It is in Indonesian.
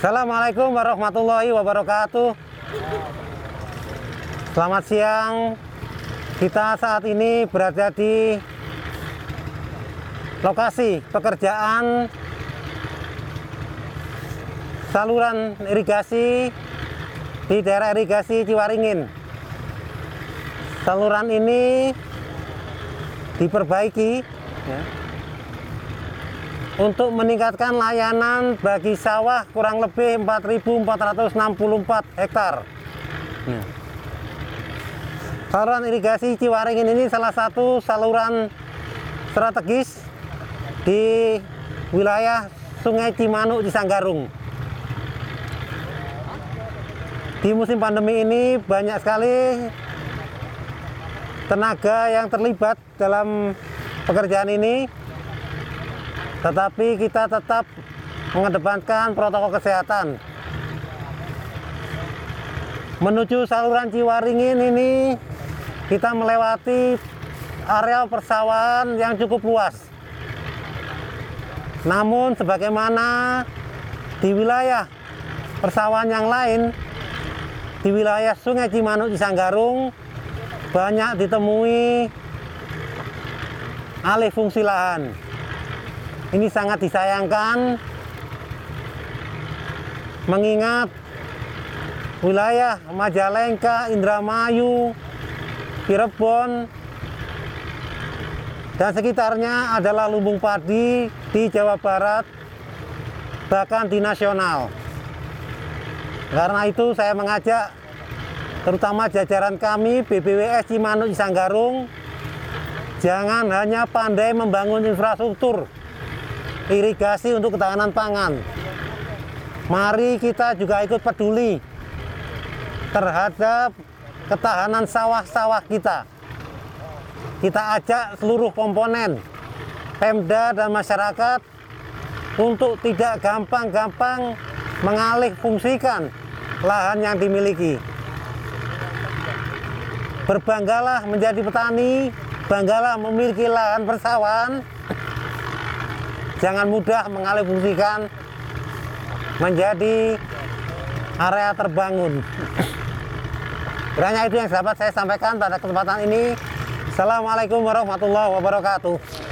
Assalamualaikum warahmatullahi wabarakatuh. Selamat siang. Kita saat ini berada di lokasi pekerjaan saluran irigasi di daerah irigasi Ciwaringin. Saluran ini diperbaiki ya, untuk meningkatkan layanan bagi sawah kurang lebih 4.464 hektar. Saluran irigasi Ciwaringin ini salah satu saluran strategis di wilayah Sungai Cimanuk Cisanggarung. Di musim pandemi ini banyak sekali tenaga yang terlibat dalam pekerjaan ini, tetapi kita tetap mengedepankan protokol kesehatan. Menuju saluran Ciwaringin ini kita melewati area persawahan yang cukup luas. Namun sebagaimana di wilayah persawahan yang lain, di wilayah Sungai Cimanuk Cisanggarung banyak ditemui alih fungsi lahan. Ini sangat disayangkan mengingat wilayah Majalengka, Indramayu, Cirebon, dan sekitarnya adalah lumbung padi di Jawa Barat, bahkan di nasional. Karena itu saya mengajak terutama jajaran kami BPWS Cimanuk Cisanggarung, jangan hanya pandai membangun infrastruktur irigasi untuk ketahanan pangan. Mari kita juga ikut peduli terhadap ketahanan sawah-sawah kita. Kita ajak seluruh komponen, Pemda dan masyarakat untuk tidak gampang-gampang mengalih fungsikan lahan yang dimiliki. Berbanggalah menjadi petani, banggalah memiliki lahan persawahan. Jangan mudah mengalih fungsikan menjadi area terbangun. Kiranya itu yang dapat saya sampaikan pada kesempatan ini. Assalamualaikum warahmatullahi wabarakatuh.